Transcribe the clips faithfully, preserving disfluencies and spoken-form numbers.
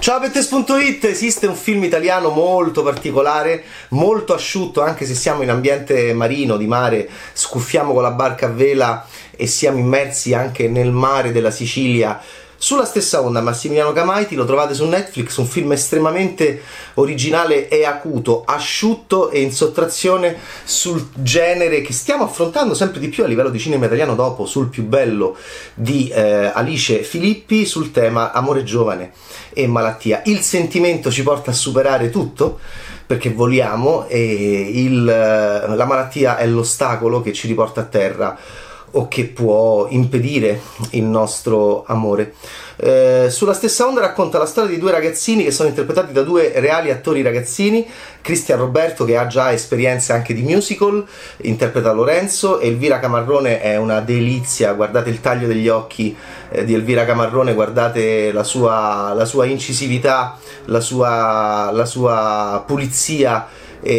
Ciao Bettes punto it, esiste un film italiano molto particolare, molto asciutto, anche se siamo in ambiente marino, di mare, scuffiamo con la barca a vela e siamo immersi anche nel mare della Sicilia. Sulla stessa onda, Massimiliano Camaiti, lo trovate su Netflix, un film estremamente originale e acuto, asciutto e in sottrazione sul genere che stiamo affrontando sempre di più a livello di cinema italiano dopo Sul più bello di eh, Alice Filippi, sul tema amore giovane e malattia. Il sentimento ci porta a superare tutto perché voliamo e il, la malattia è l'ostacolo che ci riporta a terra o che può impedire il nostro amore. Eh, sulla stessa onda racconta la storia di due ragazzini che sono interpretati da due reali attori ragazzini, Cristian Roberto, che ha già esperienze anche di musical, interpreta Lorenzo, e Elvira Camarrone è una delizia. Guardate il taglio degli occhi eh, di Elvira Camarrone, guardate la sua, la sua incisività, la sua, la sua pulizia.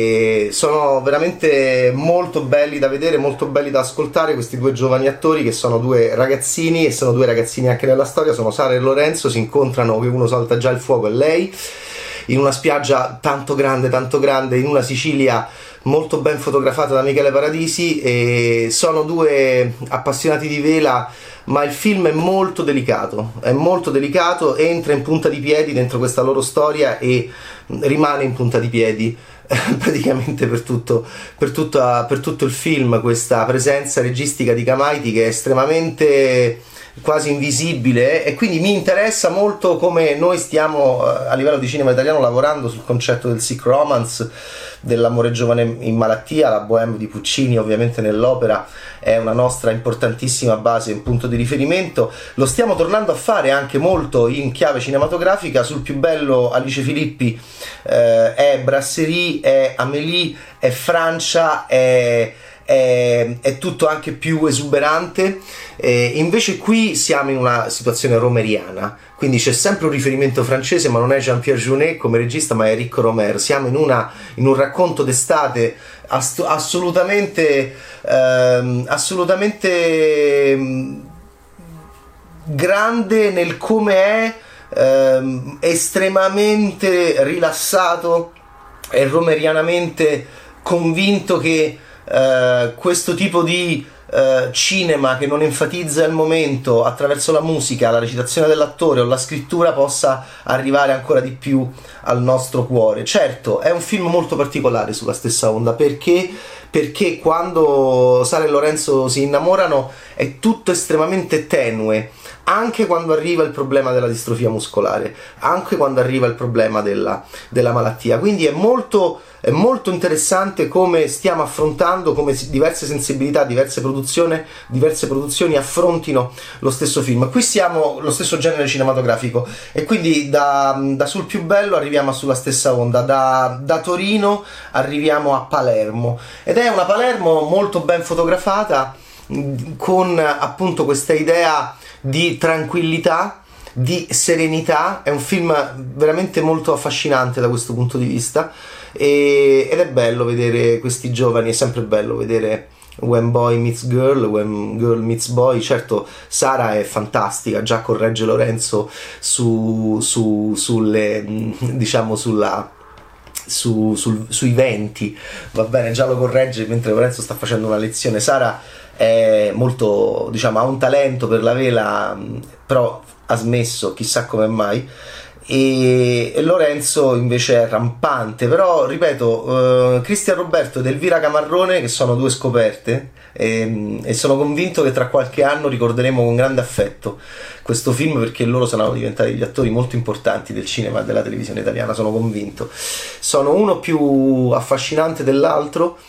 E sono veramente molto belli da vedere, molto belli da ascoltare questi due giovani attori che sono due ragazzini, e sono due ragazzini anche nella storia, sono Sara e Lorenzo, si incontrano che uno salta già il fuoco e lei, in una spiaggia tanto grande, tanto grande, in una Sicilia molto ben fotografata da Michele Paradisi, e sono due appassionati di vela, ma il film è molto delicato, è molto delicato, entra in punta di piedi dentro questa loro storia e rimane in punta di piedi praticamente per tutto, per, tutta, per tutto il film, questa presenza registica di Camaiti che è estremamente quasi invisibile, e quindi mi interessa molto come noi stiamo a livello di cinema italiano lavorando sul concetto del sick romance, dell'amore giovane in malattia. La Bohème di Puccini ovviamente nell'opera è una nostra importantissima base, un punto di riferimento. Lo stiamo tornando a fare anche molto in chiave cinematografica. Sul più bello Alice Filippi eh, è Brasserie, è Amélie, è Francia, è È, è tutto anche più esuberante, eh, invece qui siamo in una situazione romeriana, quindi c'è sempre un riferimento francese, ma non è Jean-Pierre Jeunet come regista, ma è Enrico Romer. Siamo in, una, in un racconto d'estate ass- assolutamente ehm, assolutamente ehm, grande nel come è, ehm, estremamente rilassato e romerianamente convinto che Uh, questo tipo di uh, cinema che non enfatizza il momento attraverso la musica, la recitazione dell'attore o la scrittura possa arrivare ancora di più al nostro cuore. Certo, è un film molto particolare sulla stessa onda, perché perché quando Sara e Lorenzo si innamorano è tutto estremamente tenue, anche quando arriva il problema della distrofia muscolare, anche quando arriva il problema della, della malattia. Quindi è molto, è molto interessante come stiamo affrontando, come diverse sensibilità, diverse produzioni, diverse produzioni affrontino lo stesso film. Qui siamo lo stesso genere cinematografico, e quindi da, da Sul più bello arriviamo a Sulla stessa onda, da, da Torino arriviamo a Palermo, ed è una Palermo molto ben fotografata, con appunto questa idea di tranquillità, di serenità. È un film veramente molto affascinante da questo punto di vista, e, ed è bello vedere questi giovani, è sempre bello vedere When Boy Meets Girl, When Girl Meets Boy. Certo, Sara è fantastica, già corregge Lorenzo su, su, sulle, diciamo sulla Su, sul, sui venti, va bene, già lo corregge mentre Lorenzo sta facendo una lezione. Sara è molto, diciamo, ha un talento per la vela, però ha smesso, chissà come mai, e, e Lorenzo invece è rampante. Però ripeto, eh, Cristian Roberto ed Elvira Camarrone, che sono due scoperte, e, e sono convinto che tra qualche anno ricorderemo con grande affetto questo film, perché loro saranno diventati degli attori molto importanti del cinema e della televisione italiana, sono convinto. Sono uno più affascinante dell'altro,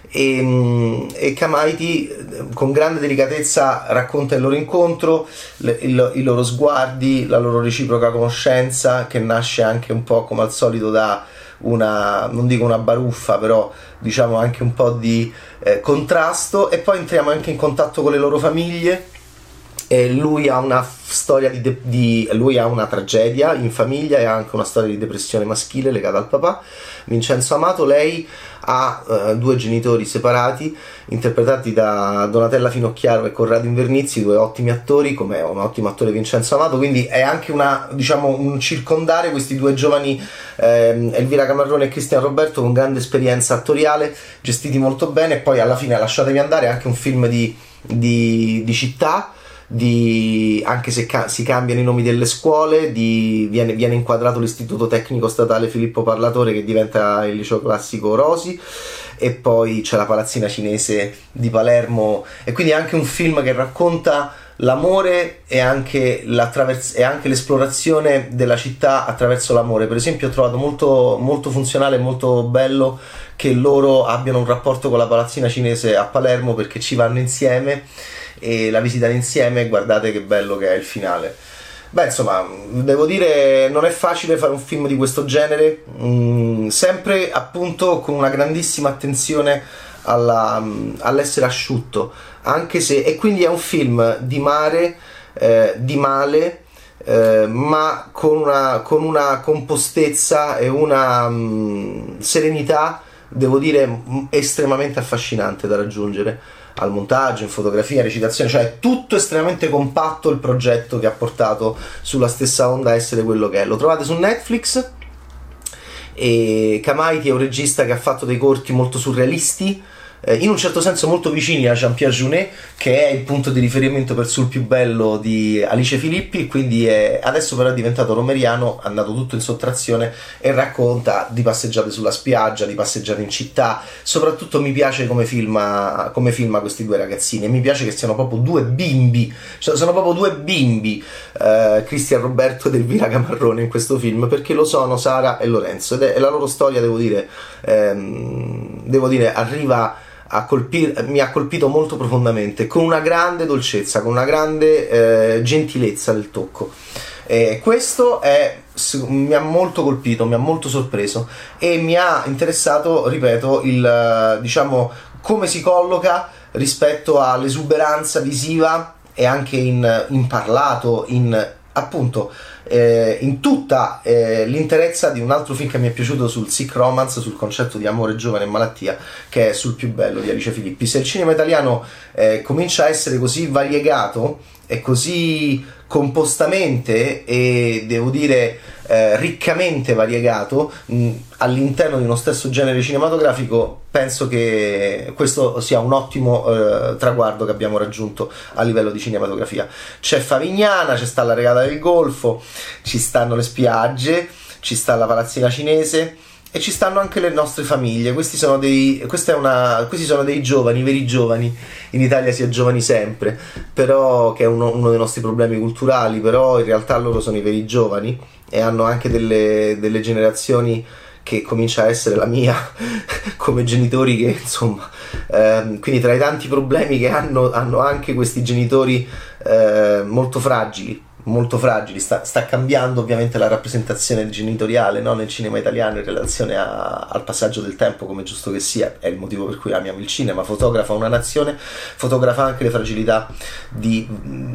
e, e Camaiti con grande delicatezza racconta il loro incontro, le, il, i loro sguardi, la loro reciproca conoscenza, che nasce anche un po' come al solito da una, non dico una baruffa, però diciamo anche un po' di eh, contrasto. E poi entriamo anche in contatto con le loro famiglie. E lui ha una storia di, de- di lui ha una tragedia in famiglia e ha anche una storia di depressione maschile legata al papà, Vincenzo Amato. Lei ha uh, due genitori separati, interpretati da Donatella Finocchiaro e Corrado Invernizzi, due ottimi attori, come un ottimo attore Vincenzo Amato, quindi è anche una, diciamo, un circondare questi due giovani, eh, Elvira Camarrone e Cristian Roberto, con grande esperienza attoriale, gestiti molto bene. E poi alla fine Lasciatevi andare è anche un film di, di, di città, di, anche se ca- si cambiano i nomi delle scuole, di, viene, viene inquadrato l'istituto tecnico statale Filippo Parlatore, che diventa il liceo classico Rosi, e poi c'è la palazzina cinese di Palermo, e quindi è anche un film che racconta l'amore e anche, e anche l'esplorazione della città attraverso l'amore. Per esempio ho trovato molto, molto funzionale e molto bello che loro abbiano un rapporto con la palazzina cinese a Palermo, perché ci vanno insieme e la visitano insieme, e guardate che bello che è il finale. Beh, insomma, devo dire, non è facile fare un film di questo genere, mh, sempre appunto con una grandissima attenzione alla, all'essere asciutto, anche se, e quindi è un film di mare, eh, di male, eh, ma con una, con una compostezza e una mh, serenità, devo dire, mh, estremamente affascinante da raggiungere. Al montaggio, in fotografia, recitazione, cioè tutto estremamente compatto il progetto che ha portato Sulla stessa onda a essere quello che è. Lo trovate su Netflix, e Kamaiti è un regista che ha fatto dei corti molto surrealisti, eh, in un certo senso molto vicini a Jean-Pierre Jeunet, che è il punto di riferimento per Sul più bello di Alice Filippi, quindi è, adesso però è diventato romeriano, è andato tutto in sottrazione e racconta di passeggiate sulla spiaggia, di passeggiate in città. Soprattutto mi piace come filma, come filma questi due ragazzini, e mi piace che siano proprio due bimbi, cioè sono proprio due bimbi, eh, Cristian Roberto ed Elvira Camarrone in questo film, perché lo sono Sara e Lorenzo, ed è, è la loro storia, devo dire, ehm, devo dire, arriva a colpire, mi ha colpito molto profondamente, con una grande dolcezza, con una grande eh, gentilezza del tocco. E questo è, mi ha molto colpito, mi ha molto sorpreso, e mi ha interessato, ripeto, il, diciamo, come si colloca rispetto all'esuberanza visiva e anche in, in parlato, in appunto eh, in tutta eh, l'interezza di un altro film che mi è piaciuto sul sick romance, sul concetto di amore, giovane e malattia, che è Sul più bello di Alice Filippi. Se il cinema italiano eh, comincia a essere così variegato e così compostamente e, devo dire, eh, riccamente variegato mh, all'interno di uno stesso genere cinematografico, penso che questo sia un ottimo eh, traguardo che abbiamo raggiunto a livello di cinematografia. C'è Favignana, ci sta La regata del Golfo, ci stanno le spiagge, ci sta la palazzina cinese, e ci stanno anche le nostre famiglie. Questi sono dei, questa è una, questi sono dei giovani, veri giovani. In Italia si è giovani sempre, però, che è uno, uno dei nostri problemi culturali, però in realtà loro sono i veri giovani, e hanno anche delle, delle generazioni che comincia a essere la mia come genitori, che insomma, ehm, quindi tra i tanti problemi che hanno, hanno anche questi genitori eh, molto fragili, molto fragili. Sta, sta cambiando ovviamente la rappresentazione genitoriale, no, nel cinema italiano in relazione a, al passaggio del tempo, come giusto che sia. È il motivo per cui amiamo il cinema. Fotografa una nazione, fotografa anche le fragilità di,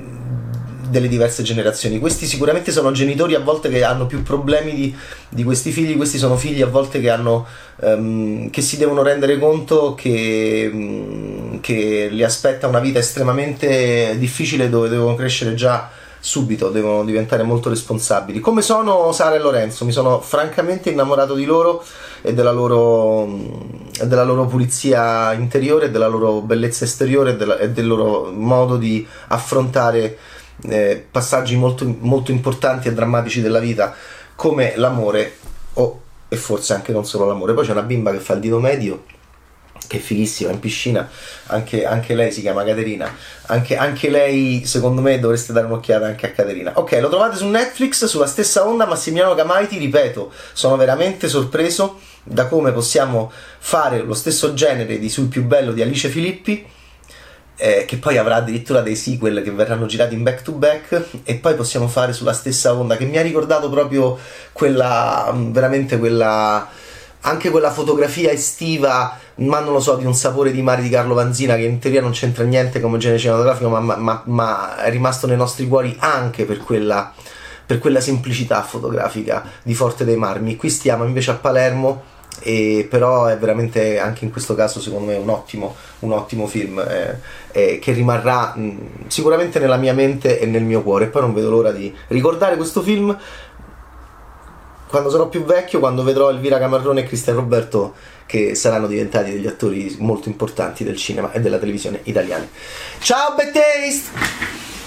delle diverse generazioni. Questi sicuramente sono genitori a volte che hanno più problemi di, di questi figli. Questi sono figli a volte che hanno um, che si devono rendere conto che, um, che li aspetta una vita estremamente difficile, dove devono crescere già subito, devono diventare molto responsabili, come sono Sara e Lorenzo. Mi sono francamente innamorato di loro e della loro, della loro pulizia interiore, e della loro bellezza esteriore, e, della, e del loro modo di affrontare eh, passaggi molto, molto importanti e drammatici della vita, come l'amore, o, e forse anche non solo l'amore. Poi c'è una bimba che fa il dito medio, che è fighissima, in piscina, anche, anche lei si chiama Caterina, anche, anche lei secondo me dovreste dare un'occhiata anche a Caterina. Ok, lo trovate su Netflix, Sulla stessa onda, Massimiliano Camaiti. Ripeto, sono veramente sorpreso da come possiamo fare lo stesso genere di Sul più bello di Alice Filippi, eh, che poi avrà addirittura dei sequel che verranno girati in back to back, e poi possiamo fare Sulla stessa onda, che mi ha ricordato proprio quella, veramente quella, anche quella fotografia estiva, ma non lo so, di Un sapore di mare di Carlo Vanzina, che in teoria non c'entra niente come genere cinematografico, ma, ma, ma è rimasto nei nostri cuori anche per quella, per quella semplicità fotografica di Forte dei Marmi. Qui stiamo invece a Palermo, e però è veramente anche in questo caso secondo me un ottimo, un ottimo film eh, eh, che rimarrà mh, sicuramente nella mia mente e nel mio cuore. E poi non vedo l'ora di ricordare questo film quando sarò più vecchio, quando vedrò Elvira Camarrone e Cristian Roberto che saranno diventati degli attori molto importanti del cinema e della televisione italiane. Ciao Bad Taste!